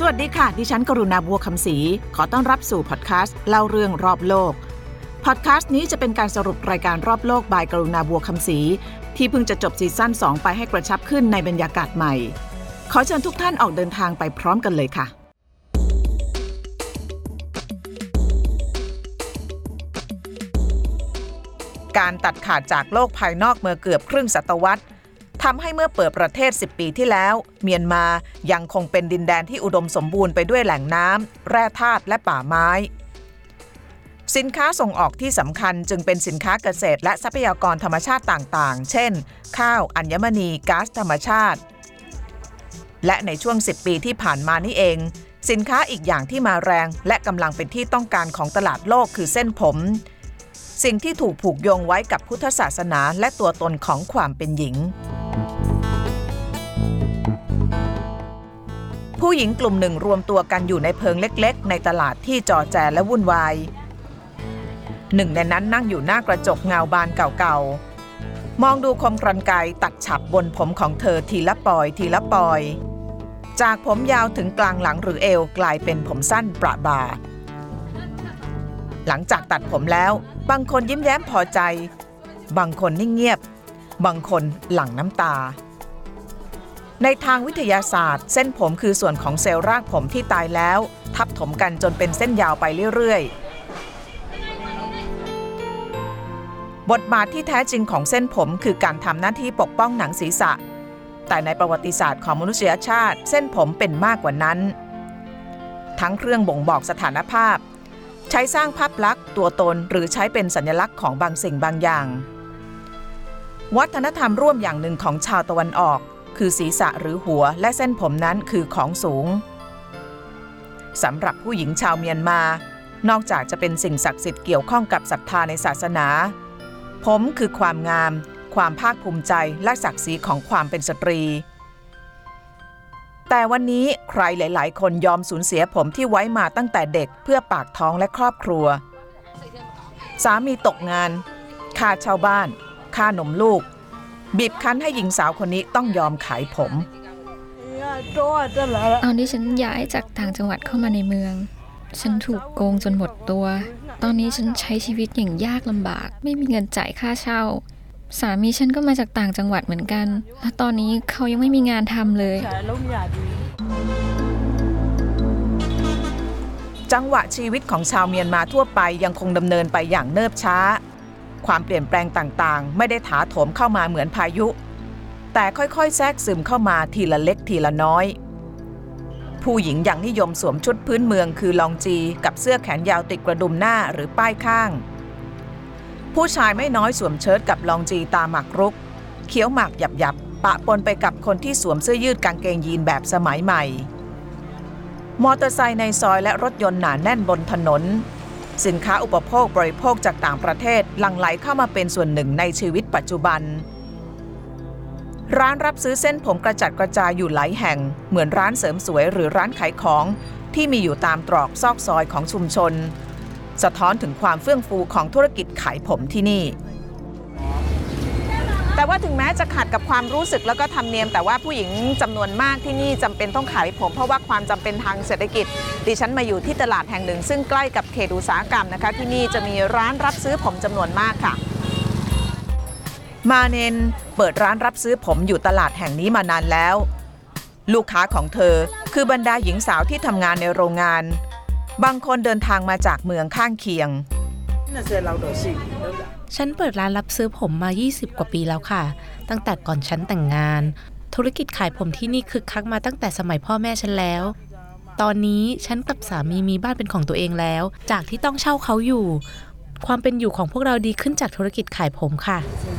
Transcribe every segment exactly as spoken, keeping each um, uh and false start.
สวัสดีค่ะดิฉันกรุณาบัวคำศรีขอต้อนรับสู่พอดแคสต์เล่าเรื่องรอบโลกพอดแคสต์นี้จะเป็นการสรุปรายการรอบโลกบายกรุณาบัวคำศรีที่เพิ่งจะจบซีซั่นสองไปให้กระชับขึ้นในบรรยากาศใหม่ขอเชิญทุกท่านออกเดินทางไปพร้อมกันเลยค่ะการตัดขาดจากโลกภายนอกเมื่อเกือบครึ่งศตวรรษทำให้เมื่อเปิดประเทศสิบปีที่แล้วเมียนมายังคงเป็นดินแดนที่อุดมสมบูรณ์ไปด้วยแหล่งน้ำแร่ธาตุและป่าไม้สินค้าส่งออกที่สำคัญจึงเป็นสินค้าเกษตรและทรัพยากรธรรมชาติต่างๆเช่นข้าวอัญมณีก๊าซธรรมชาติและในช่วงสิบปีที่ผ่านมานี่เองสินค้าอีกอย่างที่มาแรงและกำลังเป็นที่ต้องการของตลาดโลกคือเส้นผมสิ่งที่ถูกผูกโยงไว้กับพุทธศาสนาและตัวตนของความเป็นหญิงผู้หญิงกลุ่มหนึ่งรวมตัวกันอยู่ในเพิงเล็กๆในตลาดที่จอแจและวุ่นวายหนึ่งในนั้นนั่งอยู่หน้ากระจกเงาบานเก่าๆมองดูคมกรรไกรตัดฉับบนผมของเธอทีละปอยทีละปอยจากผมยาวถึงกลางหลังหรือเอวกลายเป็นผมสั้นประบ่าหลังจากตัดผมแล้วบางคนยิ้มแย้มพอใจบางคนนิ่งเงียบบางคนหลั่งน้ำตาในทางวิทยาศาสตร์เส้นผมคือส่วนของเซลล์รากผมที่ตายแล้วทับถมกันจนเป็นเส้นยาวไปเรื่อยๆบทบาทที่แท้จริงของเส้นผมคือการทำหน้าที่ปกป้องหนังศีรษะแต่ในประวัติศาสตร์ของมนุษยชาติเส้นผมเป็นมากกว่านั้นทั้งเครื่องบ่งบอกสถานภาพใช้สร้างภาพลักษณ์ตัวตนหรือใช้เป็นสัญลักษณ์ของบางสิ่งบางอย่างวัฒนธรรมร่วมอย่างหนึ่งของชาวตะวันออกคือศีรษะหรือหัวและเส้นผมนั้นคือของสูงสำหรับผู้หญิงชาวเมียนมานอกจากจะเป็นสิ่งศักดิ์สิทธิ์เกี่ยวข้องกับศรัทธาในศาสนาผมคือความงามความภาคภูมิใจและศักดิ์ศรีของความเป็นสตรีแต่วันนี้ใครหลายๆคนยอมสูญเสียผมที่ไว้มาตั้งแต่เด็กเพื่อปากท้องและครอบครัวสามีตกงานค่าเช่าบ้านค่านมลูกบีบคั้นให้หญิงสาวคนนี้ต้องยอมขายผมตอนที่ฉันย้ายจากต่างจังหวัดเข้ามาในเมืองฉันถูกโกงจนหมดตัวตอนนี้ฉันใช้ชีวิตอย่างยากลำบากไม่มีเงินจ่ายค่าเช่าสามีฉันก็มาจากต่างจังหวัดเหมือนกันและตอนนี้เขายังไม่มีงานทำเลยจังหวะชีวิตของชาวเมียนมาทั่วไปยังคงดำเนินไปอย่างเนิบช้าความเปลี่ยนแปลงต่างๆไม่ได้ถาโถมเข้ามาเหมือนพายุแต่ค่อยๆแทรกซึมเข้ามาทีละเล็กทีละน้อยผู้หญิงยังนิยมสวมชุดพื้นเมืองคือลองจีกับเสื้อแขนยาวติดกระดุมหน้าหรือป้ายข้างผู้ชายไม่น้อยสวมเชิ้ตกับลองจีตาหมากรุกเคี้ยวหมากหยับๆปะปนไปกับคนที่สวมเสื้อยืดกางเกงยีนแบบสมัยใหม่มอเตอร์ไซค์ในซอยและรถยนต์หนาแน่นบนถนนสินค้าอุปโภคบริโภคจากต่างประเทศหลั่งไหลเข้ามาเป็นส่วนหนึ่งในชีวิตปัจจุบันร้านรับซื้อเส้นผมกระจัดกระจายอยู่หลายแห่งเหมือนร้านเสริมสวยหรือร้านขายของที่มีอยู่ตามตรอกซอกซอยของชุมชนสะท้อนถึงความเฟื่องฟูของธุรกิจขายผมที่นี่แต่ว่าถึงแม้จะขัดกับความรู้สึกแล้วก็ธรรมเนียมแต่ว่าผู้หญิงจำนวนมากที่นี่จำเป็นต้องขายผมเพราะว่าความจำเป็นทางเศรษฐกิจดิฉันมาอยู่ที่ตลาดแห่งหนึ่งซึ่งใกล้กับเขตอุตสาหกรรมนะคะที่นี่จะมีร้านรับซื้อผมจำนวนมากค่ะมาเนนเปิดร้านรับซื้อผมอยู่ตลาดแห่งนี้มานานแล้วลูกค้าของเธอคือบรรดาหญิงสาวที่ทำงานในโรงงานบางคนเดินทางมาจากเมืองข้างเคียงฉันเปิดร้านรับซื้อผมมายี่สิบกว่าปีแล้วค่ะตั้งแต่ก่อนฉันแต่งงานธุรกิจขายผมที่นี่คึกคักมาตั้งแต่สมัยพ่อแม่ฉันแล้วตอนนี้ฉันกับสามีมีบ้านเป็นของตัวเองแล้วจากที่ต้องเช่าเขาอยู่ความเป็นอยู่ของพวกเราดีขึ้นจากธุรกิจขายผมค่ะ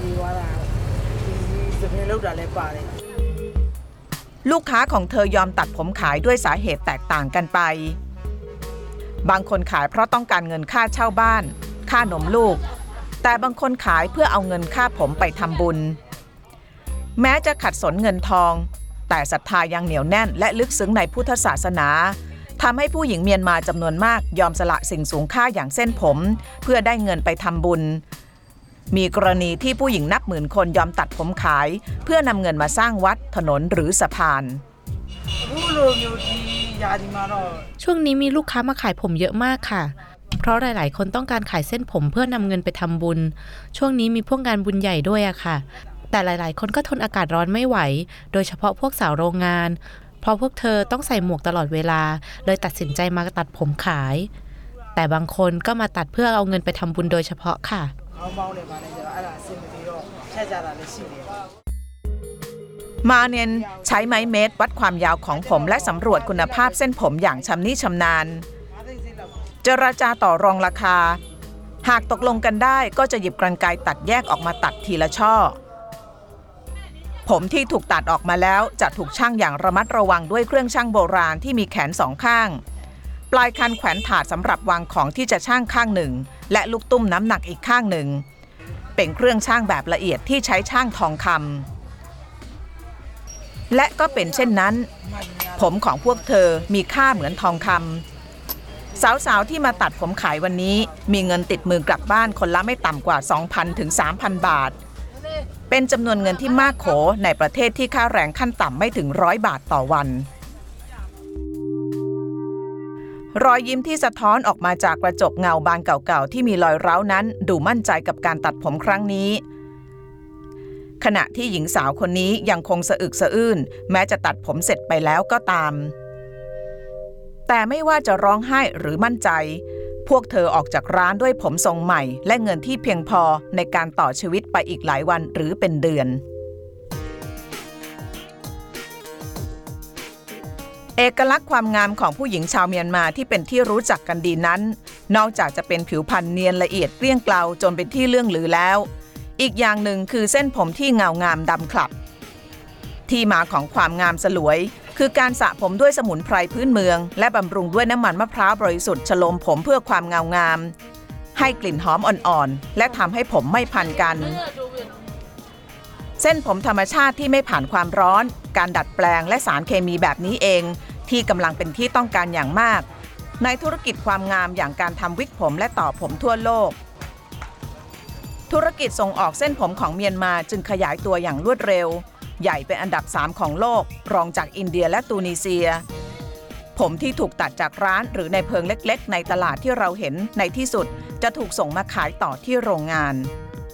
ลูกค้าของเธอยอมตัดผมขายด้วยสาเหตุแตกต่างกันไปบางคนขายเพราะต้องการเงินค่าเช่าบ้านค่านมลูกแต่บางคนขายเพื่อเอาเงินค่าผมไปทำบุญแม้จะขัดสนเงินทองแต่ศรัทธายังเหนียวแน่นและลึกซึ้งในพุทธศาสนาทำให้ผู้หญิงเมียนมาจำนวนมากยอมสละสิ่งสูงค่าอย่างเส้นผมเพื่อได้เงินไปทำบุญมีกรณีที่ผู้หญิงนับหมื่นคนยอมตัดผมขายเพื่อนำเงินมาสร้างวัดถนนหรือสะพานช่วงนี้มีลูกค้ามาขายผมเยอะมากค่ะเพราะหลายๆคนต้องการขายเส้นผมเพื่อนำเงินไปทำบุญช่วงนี้มีพวกงานบุญใหญ่ด้วยอะค่ะแต่หลายๆคนก็ทนอากาศร้อนไม่ไหวโดยเฉพาะพวกสาวโรงงานเพราะพวกเธอต้องใส่หมวกตลอดเวลาเลยตัดสินใจมาตัดผมขายแต่บางคนก็มาตัดเพื่อเอาเงินไปทำบุญโดยเฉพาะค่ะมาเนียนใช้ไม้เมตรวัดความยาวของผมและสำรวจคุณภาพเส้นผมอย่างชำนิชำนาญเจรจาต่อรองราคาหากตกลงกันได้ก็จะหยิบกรรไกรตัดแยกออกมาตัดทีละช่อผมที่ถูกตัดออกมาแล้วจะถูกชั่งอย่างระมัดระวังด้วยเครื่องชั่งโบราณที่มีแขนสองข้างปลายคันแขวนถาดสำหรับวางของที่จะชั่งข้างหนึ่งและลูกตุ้มน้ำหนักอีกข้างหนึ่งเป็นเครื่องชั่งแบบละเอียดที่ใช้ชั่งทองคำและก็เป็นเช่นนั้นผมของพวกเธอมีค่าเหมือนทองคำสาวๆที่มาตัดผมขายวันนี้มีเงินติดมือกลับบ้านคนละไม่ต่ำกว่า สองพัน ถึง สามพัน บาทเป็นจำนวนเงินที่มากโขในประเทศที่ค่าแรงขั้นต่ำไม่ถึงร้อยบาทต่อวันรอยยิ้มที่สะท้อนออกมาจากกระจกเงาบานเก่าๆที่มีรอยร้าวนั้นดูมั่นใจกับการตัดผมครั้งนี้ขณะที่หญิงสาวคนนี้ยังคงสะอึกสะอื้นแม้จะตัดผมเสร็จไปแล้วก็ตามแต่ไม่ว่าจะร้องไห้หรือมั่นใจพวกเธอออกจากร้านด้วยผมทรงใหม่และเงินที่เพียงพอในการต่อชีวิตไปอีกหลายวันหรือเป็นเดือนเอกลักษณ์ความงามของผู้หญิงชาวเมียนมาที่เป็นที่รู้จักกันดีนั้นนอกจากจะเป็นผิวพรรณเนียนละเอียดเกลี้ยงเกลาจนเป็นที่เลื่องลือแล้วอีกอย่างหนึ่งคือเส้นผมที่เงางามดำคลับที่มาของความงามสลวยคือการสระผมด้วยสมุนไพรพื้นเมืองและบำรุงด้วยน้ำมันมะพร้าวบริสุทธิ์ฉโลมผมเพื่อความเงางามให้กลิ่นหอมอ่อนๆและทำให้ผมไม่พันกันเส้นผมธรรมชาติที่ไม่ผ่านความร้อนการดัดแปลงและสารเคมีแบบนี้เองที่กำลังเป็นที่ต้องการอย่างมากในธุรกิจความงามอย่างการทำวิกผมและต่อผมทั่วโลกธุรกิจส่งออกเส้นผมของเมียนมาจึงขยายตัวอย่างรวดเร็วใหญ่เป็นอันดับสามของโลกรองจากอินเดียและตูนิเซียผมที่ถูกตัดจากร้านหรือในเพิงเล็กๆในตลาดที่เราเห็นในที่สุดจะถูกส่งมาขายต่อที่โรงงาน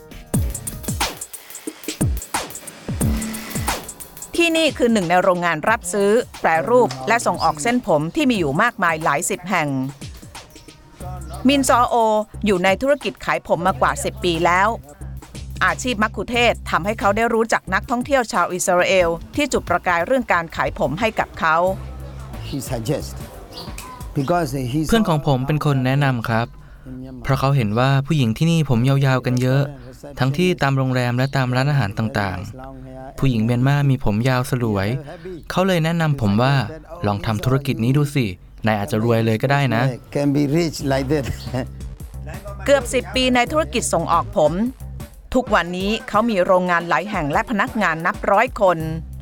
ที่นี่คือหนึ่งในโรงงานรับซื้อแปรรูปและส่งออกเส้นผมที่มีอยู่มากมายหลายสิบแห่งมินซอโออยู่ในธุรกิจขายผมมากว่าสิบปีแล้วอาชีพมัคคุเทศก์ทำให้เขาได้รู้จักนักท่องเที่ยวชาวอิสราเอลที่จุดประกายเรื่องการขายผมให้กับเขาเพื่อนของผมเป็นคนแนะนำครับเพราะเขาเห็นว่าผู้หญิงที่นี่ผมยาวๆกันเยอะทั้งที่ตามโรงแรมและตามร้านอาหารต่างๆผู้หญิงเมียนมามีผมยาวสลวยเขาเลยแนะนำผมว่าลองทำธุรกิจนี้ดูสินายอาจจะรวยเลยก็ได้นะเกือบสิบปีในธุรกิจส่งออกผมทุกวันนี้เขามีโรงงานหลายแห่งและพนักงานนับร้อยคน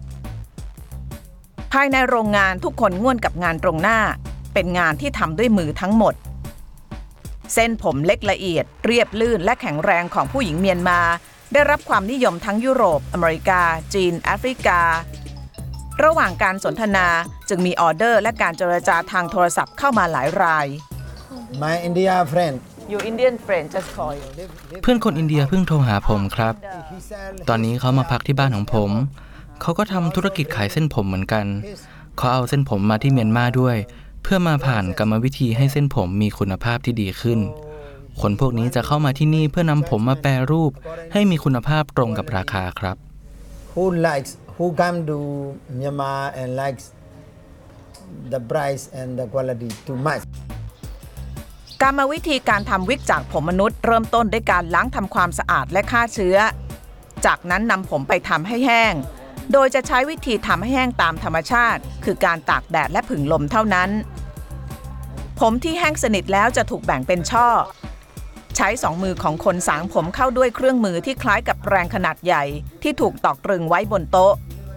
ภายในโรงงานทุกคนง่วนกับงานตรงหน้าเป็นงานที่ทำด้วยมือทั้งหมดเส้นผมเล็กละเอียดเรียบลื่นและแข็งแรงของผู้หญิงเมียนมาได้รับความนิยมทั้งยุโรปอเมริกาจีนแอฟริการะหว่างการสนทนาจึงมีออเดอร์และการเจรจาทางโทรศัพท์เข้ามาหลายราย My India friend Your Indian friend just call you เพื่อนคนอินเดียเพิ่งโทรหาผมครับตอนนี้เขามาพักที่บ้านของผมเขาก็ทำธุรกิจขายเส้นผมเหมือนกันเขาเอาเส้นผมมาที่เมียนมาด้วยเพื่อมาผ่านกรรมวิธีให้เส้นผมมีคุณภาพที่ดีขึ้นคนพวกนี้จะเข้ามาที่นี่เพื่อนำผมมาแปรรูปให้มีคุณภาพตรงกับราคาครับ Who likes who come to Myanmar and likes the price and the quality too much กรรมวิธีการทำวิกจากผมมนุษย์เริ่มต้นด้วยการล้างทำความสะอาดและฆ่าเชื้อจากนั้นนำผมไปทำให้แห้งโดยจะใช้วิธีทำให้แห้งตามธรรมชาติคือการตากแดดและผึ่งลมเท่านั้นผมที่แห้งสนิทแล้วจะถูกแบ่งเป็นช่อใช้สองมือของคนสางผมเข้าด้วยเครื่องมือที่คล้ายกับแรงขนาดใหญ่ที่ถูกตอกตรึงไว้บนโต๊ะ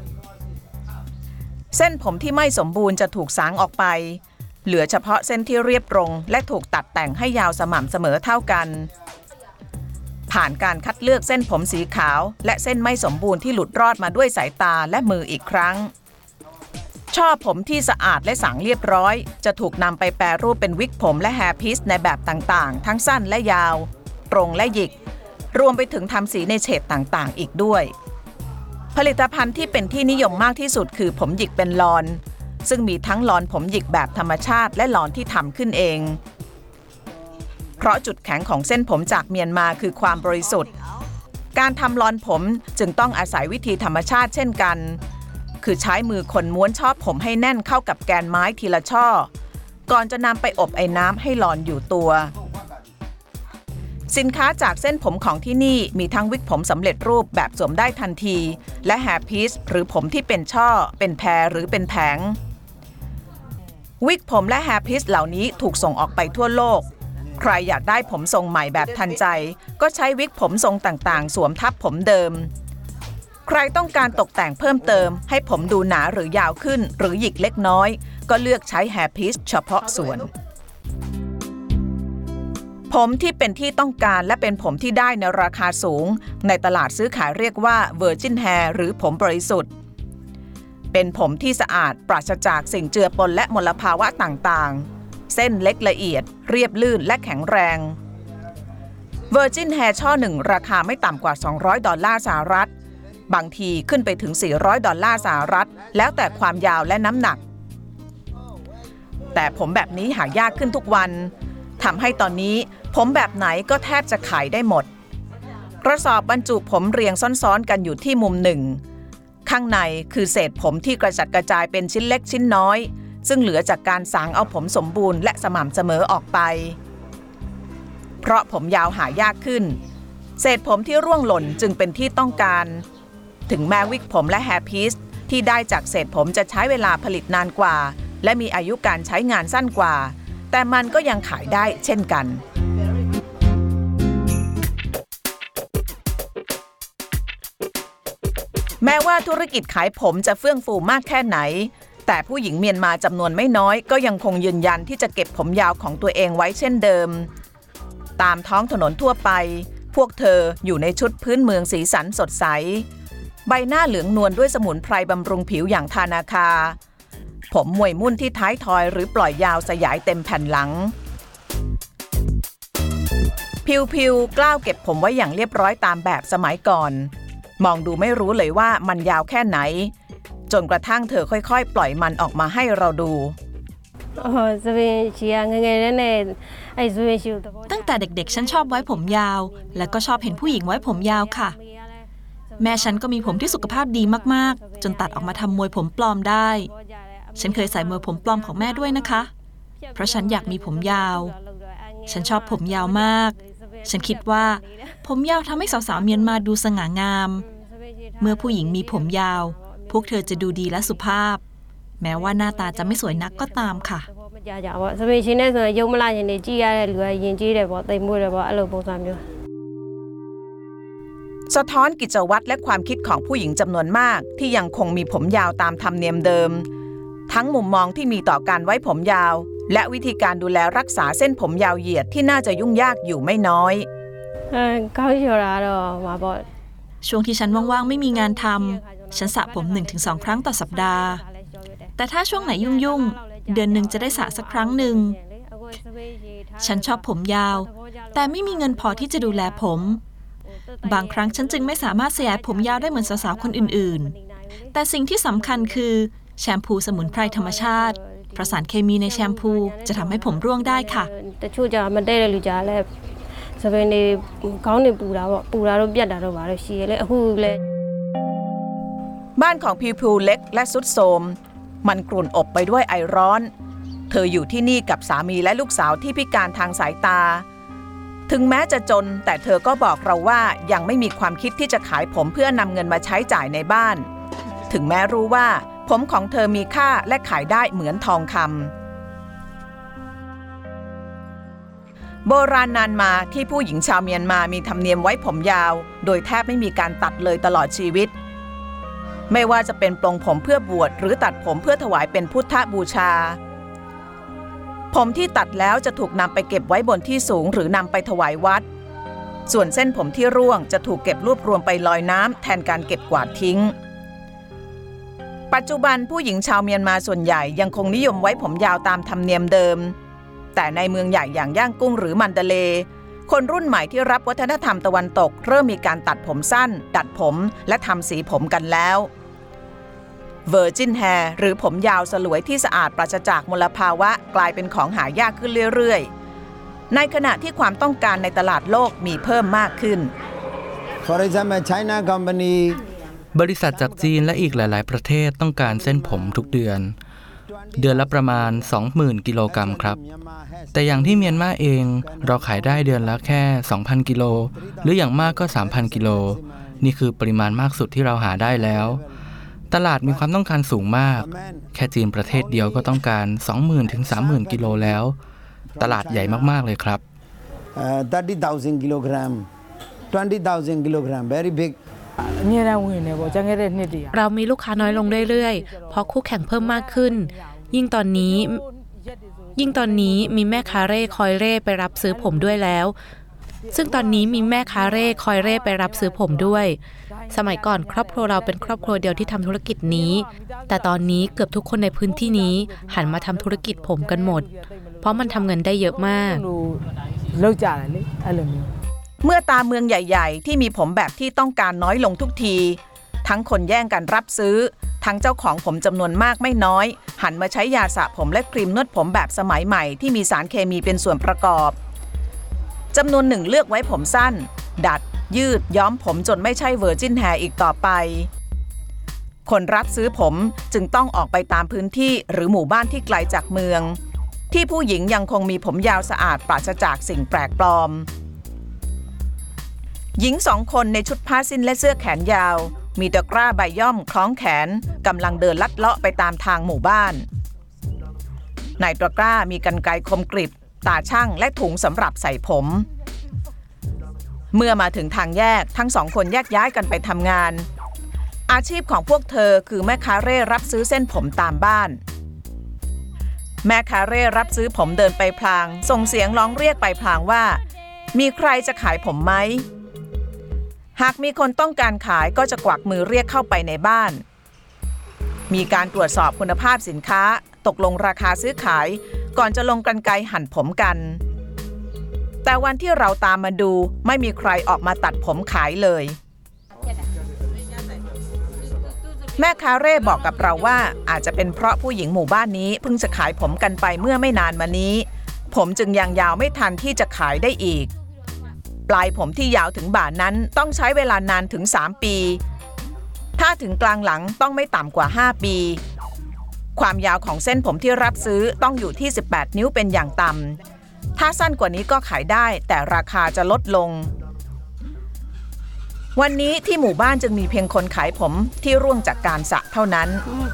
เส้นผมที่ไม่สมบูรณ์จะถูกสางออกไปเหลือเฉพาะเส้นที่เรียบตรงและถูกตัดแต่งให้ยาวสม่ำเสมอเท่ากันผ่านการคัดเลือกเส้นผมสีขาวและเส้นไม่สมบูรณ์ที่หลุดรอดมาด้วยสายตาและมืออีกครั้งชช่อผมที่สะอาดและสางเรียบร้อยจะถูกนำไปแปรรูปเป็นวิกผมและแฮร์พีซในแบบต่างๆทั้งสั้นและยาวตรงและหยิกรวมไปถึงทำสีในเฉดต่างๆอีกด้วยผลิตภัณฑ์ที่เป็นที่นิยมมากที่สุดคือผมหยิกเป็นลอนซึ่งมีทั้งลอนผมหยิกแบบธรรมชาติและลอนที่ทำขึ้นเองเพราะจุดแข็งของเส้นผมจากเมียนมาคือความบริสุทธิ์การทำลอนผมจึงต้องอาศัยวิธีธรรมชาติเช่นกันคือใช้มือคนม้วนช่อผมให้แน่นเข้ากับแกนไม้ทีละช่อก่อนจะนำไปอบไอ้น้ำให้ลอนอยู่ตัวสินค้าจากเส้นผมของที่นี่มีทั้งวิกผมสำเร็จรูปแบบสวมได้ทันทีและแฮร์พีซหรือผมที่เป็นช่อเป็นแพรหรือเป็นแผงวิกผมและแฮร์พีซเหล่านี้ถูกส่งออกไปทั่วโลกใครอยากได้ผมทรงใหม่แบบทันใจก็ใช้วิกผมทรงต่างๆสวมทับผมเดิมใครต้องการตกแต่งเพิ่มเติมให้ผมดูหนาหรือยาวขึ้นหรือหยิกเล็กน้อยก็เลือกใช้แฮร์พีซเฉพาะส่วนผมที่เป็นที่ต้องการและเป็นผมที่ได้ในราคาสูงในตลาดซื้อขายเรียกว่า Virgin Hair หรือผมบริสุทธิ์เป็นผมที่สะอาดปราศจากสิ่งเจือปนและมลภาวะต่างๆเส้นเล็กละเอียดเรียบลื่นและแข็งแรง Virgin Hair ช่อหนึ่งราคาไม่ต่ำกว่าสองร้อยดอลลาร์สหรัฐบางทีขึ้นไปถึงสี่ร้อยดอลลาร์สหรัฐแล้วแต่ความยาวและน้ำหนักแต่ผมแบบนี้หายากขึ้นทุกวันทำให้ตอนนี้ผมแบบไหนก็แทบจะขายได้หมดกระสอบบรรจุผมเรียงซ้อนๆกันอยู่ที่มุมหนึ่งข้างในคือเศษผมที่กระจัดกระจายเป็นชิ้นเล็กชิ้นน้อยซึ่งเหลือจากการสางเอาผมสมบูรณ์และสม่ำเสมอออกไปเพราะผมยาวหายากขึ้นเศษผมที่ร่วงหล่นจึงเป็นที่ต้องการถึงแม้วิกผมและแฮร์พีซที่ได้จากเศษผมจะใช้เวลาผลิตนานกว่าและมีอายุการใช้งานสั้นกว่าแต่มันก็ยังขายได้เช่นกันแม้ว่าธุรกิจขายผมจะเฟื่องฟูมากแค่ไหนแต่ผู้หญิงเมียนมาจำนวนไม่น้อยก็ยังคงยืนยันที่จะเก็บผมยาวของตัวเองไว้เช่นเดิมตามท้องถนนทั่วไปพวกเธออยู่ในชุดพื้นเมืองสีสันสดใสใบหน้าเหลืองนวลด้วยสมุนไพรบำรุงผิวอย่างทานาคาผมมวยมุ่นที่ท้ายทอยหรือปล่อยยาวสยายเต็มแผ่นหลังพิวๆกล้าวเก็บผมไว้อย่างเรียบร้อยตามแบบสมัยก่อนมองดูไม่รู้เลยว่ามันยาวแค่ไหนจนกระทั่งเธอค่อยๆปล่อยมันออกมาให้เราดูตั้งแต่เด็กๆฉันชอบไว้ผมยาวและก็ชอบเห็นผู้หญิงไว้ผมยาวค่ะแม่ฉันก็มีผมที่สุขภาพดีมากๆจนตัดออกมาทำมวยผมปลอมได้ฉันเคยใส่มวยผมปลอมของแม่ด้วยนะคะเพราะฉันอยากมีผมยาวฉันชอบผมยาวมากฉันคิดว่าผมยาวทำให้สาวๆเมียนมาดูสง่างามเมื่อผู้หญิงมีผมยาวพวกเธอจะดูดีและสุภาพแม้ว่าหน้าตาจะไม่สวยนักก็ตามค่ะสะท้อนกิจวัตรและความคิดของผู้หญิงจำนวนมากที่ยังคงมีผมยาวตามธรรมเนียมเดิมทั้งมุมมองที่มีต่อการไว้ผมยาวและวิธีการดูแลรักษาเส้นผมยาวเหยียดที่น่าจะยุ่งยากอยู่ไม่น้อยช่วงที่ฉันว่างๆไม่มีงานทำฉันสระผม หนึ่งถึงสอง ครั้งต่อสัปดาห์แต่ถ้าช่วงไหนยุ่งๆเดือนหนึ่งจะได้สระสักครั้งหนึ่งฉันชอบผมยาวแต่ไม่มีเงินพอที่จะดูแลผมบางครั้งฉันจึงไม่สามารถสยายผมยาวได้เหมือนสาวๆคนอื่นๆแต่สิ่งที่สำคัญคือแชมพูสมุนไพรธรรมชาติเพราะสารเคมีในแชมพูจะทำให้ผมร่วงได้ค่ะบ้านของพิวพูเล็กและสุดโทรมมันกรุ่นอบไปด้วยไอร้อนเธออยู่ที่นี่กับสามีและลูกสาวที่พิการทางสายตาถึงแม้จะจนแต่เธอก็บอกเราว่ายังไม่มีความคิดที่จะขายผมเพื่อนำเงินมาใช้จ่ายในบ้านถึงแม้รู้ว่าผมของเธอมีค่าและขายได้เหมือนทองคำโบราณนานมาที่ผู้หญิงชาวเมียนมามีธรรมเนียมไว้ผมยาวโดยแทบไม่มีการตัดเลยตลอดชีวิตไม่ว่าจะเป็นปลงผมเพื่อบวชหรือตัดผมเพื่อถวายเป็นพุทธบูชาผมที่ตัดแล้วจะถูกนำไปเก็บไว้บนที่สูงหรือนำไปถวายวัดส่วนเส้นผมที่ร่วงจะถูกเก็บรวบรวมไปลอยน้ำแทนการเก็บกวาดทิ้งปัจจุบันผู้หญิงชาวเมียนมาส่วนใหญ่ยังคงนิยมไว้ผมยาวตามธรรมเนียมเดิมแต่ในเมืองใหญ่อย่างย่างกุ้งหรือมันดาเลย์คนรุ่นใหม่ที่รับวัฒนธรรมตะวันตกเริ่มมีการตัดผมสั้นดัดผมและทำสีผมกันแล้ว Virgin Hair หรือผมยาวสลวยที่สะอาดปราศจากมลภาวะกลายเป็นของหายากขึ้นเรื่อยๆในขณะที่ความต้องการในตลาดโลกมีเพิ่มมากขึ้น For example, China company บริษัทจากจีนและอีกหลายๆประเทศต้องการเส้นผมทุกเดือนเดือนละประมาณ สองหมื่น กิโลกรัมครับแต่อย่างที่เมียนมาเองเราขายได้เดือนละแค่ สองพัน กิโลหรืออย่างมากก็ สามพัน กิโลนี่คือปริมาณมากสุดที่เราหาได้แล้วตลาดมีความต้องการสูงมากแค่จีนประเทศเดียวก็ต้องการ สองหมื่น ถึง สามหมื่น กิโลแล้วตลาดใหญ่มากๆเลยครับ uh, thirty thousand kilogram, twenty thousand kilogram, very big. เรามีลูกค้าน้อยลงเรื่อยๆเพราะคู่แข่งเพิ่มมากขึ้นยิ่งตอนนี้ยิ่งตอนนี้มีแม่ค้าเร่คอยเร่ไปรับซื้อผมด้วยแล้วซึ่งตอนนี้มีแม่ค้าเร่คอยเร่ไปรับซื้อผมด้วยสมัยก่อนครอบครัวเราเป็นครอบครัวเดียวที่ทำธุรกิจนี้แต่ตอนนี้เกือบทุกคนในพื้นที่นี้หันมาทำธุรกิจผมกันหมดเพราะมันทำเงินได้เยอะมากเมื่อตามเมืองใหญ่ๆที่มีผมแบบที่ต้องการน้อยลงทุกทีทั้งคนแย่งกันรับซื้อทั้งเจ้าของผมจำนวนมากไม่น้อยหันมาใช้ยาสระผมและครีมนวดผมแบบสมัยใหม่ที่มีสารเคมีเป็นส่วนประกอบจำนวนหนึ่งเลือกไว้ผมสั้นดัดยืดย้อมผมจนไม่ใช่ Virgin Hair อีกต่อไปคนรับซื้อผมจึงต้องออกไปตามพื้นที่หรือหมู่บ้านที่ไกลจากเมืองที่ผู้หญิงยังคงมีผมยาวสะอาดปราศจากสิ่งแปลกปลอมหญิงสองคนในชุดผ้าสิ้นและเสื้อแขนยาวมีตะกร้าใบย่อมคล้องแขนกำลังเดินลัดเลาะไปตามทางหมู่บ้านในตะกร้ามีกรรไกรคมกริบตาช่างและถุงสำหรับใส่ผมเมื่อมาถึงทางแยกทั้งสองคนแยกย้ายกันไปทำงานอาชีพของพวกเธอคือแม่ค้าเร่รับซื้อเส้นผมตามบ้านแม่ค้าเร่รับซื้อผมเดินไปพลางส่งเสียงร้องเรียกไปพลางว่ามีใครจะขายผมไหมหากมีคนต้องการขายก็จะกวักมือเรียกเข้าไปในบ้านมีการตรวจสอบคุณภาพสินค้าตกลงราคาซื้อขายก่อนจะลงกรรไกรหั่นผมกันแต่วันที่เราตามมาดูไม่มีใครออกมาตัดผมขายเลยแม่ค้าเร่บอกกับเราว่าอาจจะเป็นเพราะผู้หญิงหมู่บ้านนี้เพิ่งจะขายผมกันไปเมื่อไม่นานมานี้ผมจึงยังยาวไม่ทันที่จะขายได้อีกปลายผมที่ยาวถึงบ่านั้นต้องใช้เวลานานถึงสามปีถ้าถึงกลางหลังต้องไม่ต่ำกว่าห้าปีความยาวของเส้นผมที่รับซื้อต้องอยู่ที่สิบแปดนิ้วเป็นอย่างต่ำถ้าสั้นกว่านี้ก็ขายได้แต่ราคาจะลดลงวันนี้ที่หมู่บ้านจึงมีเพียงคนขายผมที่ร่วงจากการสระเท่านั้น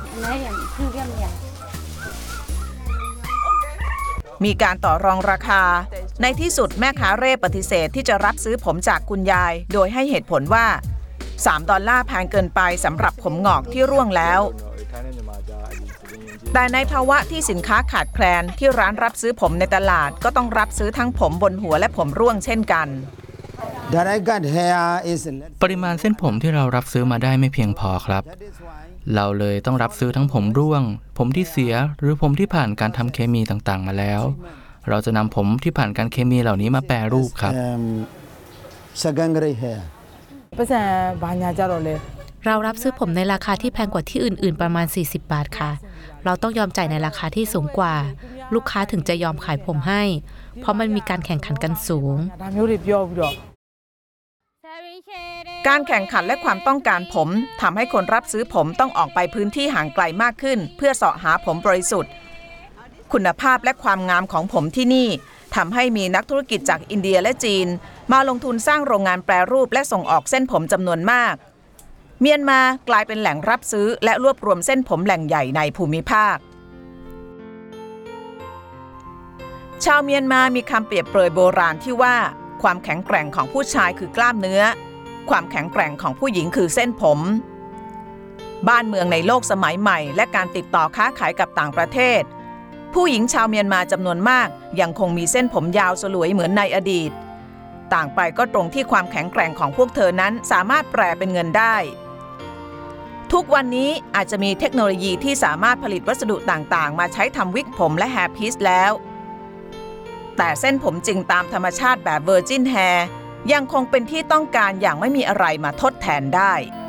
มีการต่อรองราคาในที่สุดแม่ค้าเร่ปฏิเสธที่จะรับซื้อผมจากคุณยายโดยให้เหตุผลว่าสามดอลลาร์แพงเกินไปสำหรับผมงอกที่ร่วงแล้วแต่ในภาวะที่สินค้าขาดแคลนที่ร้านรับซื้อผมในตลาดก็ต้องรับซื้อทั้งผมบนหัวและผมร่วงเช่นกันปริมาณเส้นผมที่เรารับซื้อมาได้ไม่เพียงพอครับเราเลยต้องรับซื้อทั้งผมร่วงผมที่เสียหรือผมที่ผ่านการทำเคมีต่างๆมาแล้วเราจะนำผมที่ผ่านการเคมีเหล่านี้มาแปรรูปครับเรารับซื้อผมในราคาที่แพงกว่าที่อื่นๆประมาณสี่สิบบาทค่ะเราต้องยอมจ่ายในราคาที่สูงกว่าลูกค้าถึงจะยอมขายผมให้เพราะมันมีการแข่งขันกันสูงการแข่งขันและความต้องการผมทำให้คนรับซื้อผมต้องออกไปพื้นที่ห่างไกลมากขึ้นเพื่อเสาะหาผมบริสุทธิ์คุณภาพและความงามของผมที่นี่ทำให้มีนักธุรกิจจากอินเดียและจีนมาลงทุนสร้างโรงงานแปรรูปและส่งออกเส้นผมจำนวนมากเมียนมากลายเป็นแหล่งรับซื้อและรวบรวมเส้นผมแหล่งใหญ่ในภูมิภาคชาวเมียนมามีคำเปรียบเปรยโบราณที่ว่าความแข็งแกร่งของผู้ชายคือกล้ามเนื้อความแข็งแกร่งของผู้หญิงคือเส้นผมบ้านเมืองในโลกสมัยใหม่และการติดต่อค้าขายกับต่างประเทศผู้หญิงชาวเมียนมาจำนวนมากยังคงมีเส้นผมยาวสลวยเหมือนในอดีตต่างไปก็ตรงที่ความแข็งแกร่งของพวกเธอนั้นสามารถแปลเป็นเงินได้ทุกวันนี้อาจจะมีเทคโนโลยีที่สามารถผลิตวัสดุต่างๆมาใช้ทำวิกผมและแฮร์พีซแล้วแต่เส้นผมจริงตามธรรมชาติแบบ Virgin Hair ยังคงเป็นที่ต้องการอย่างไม่มีอะไรมาทดแทนได้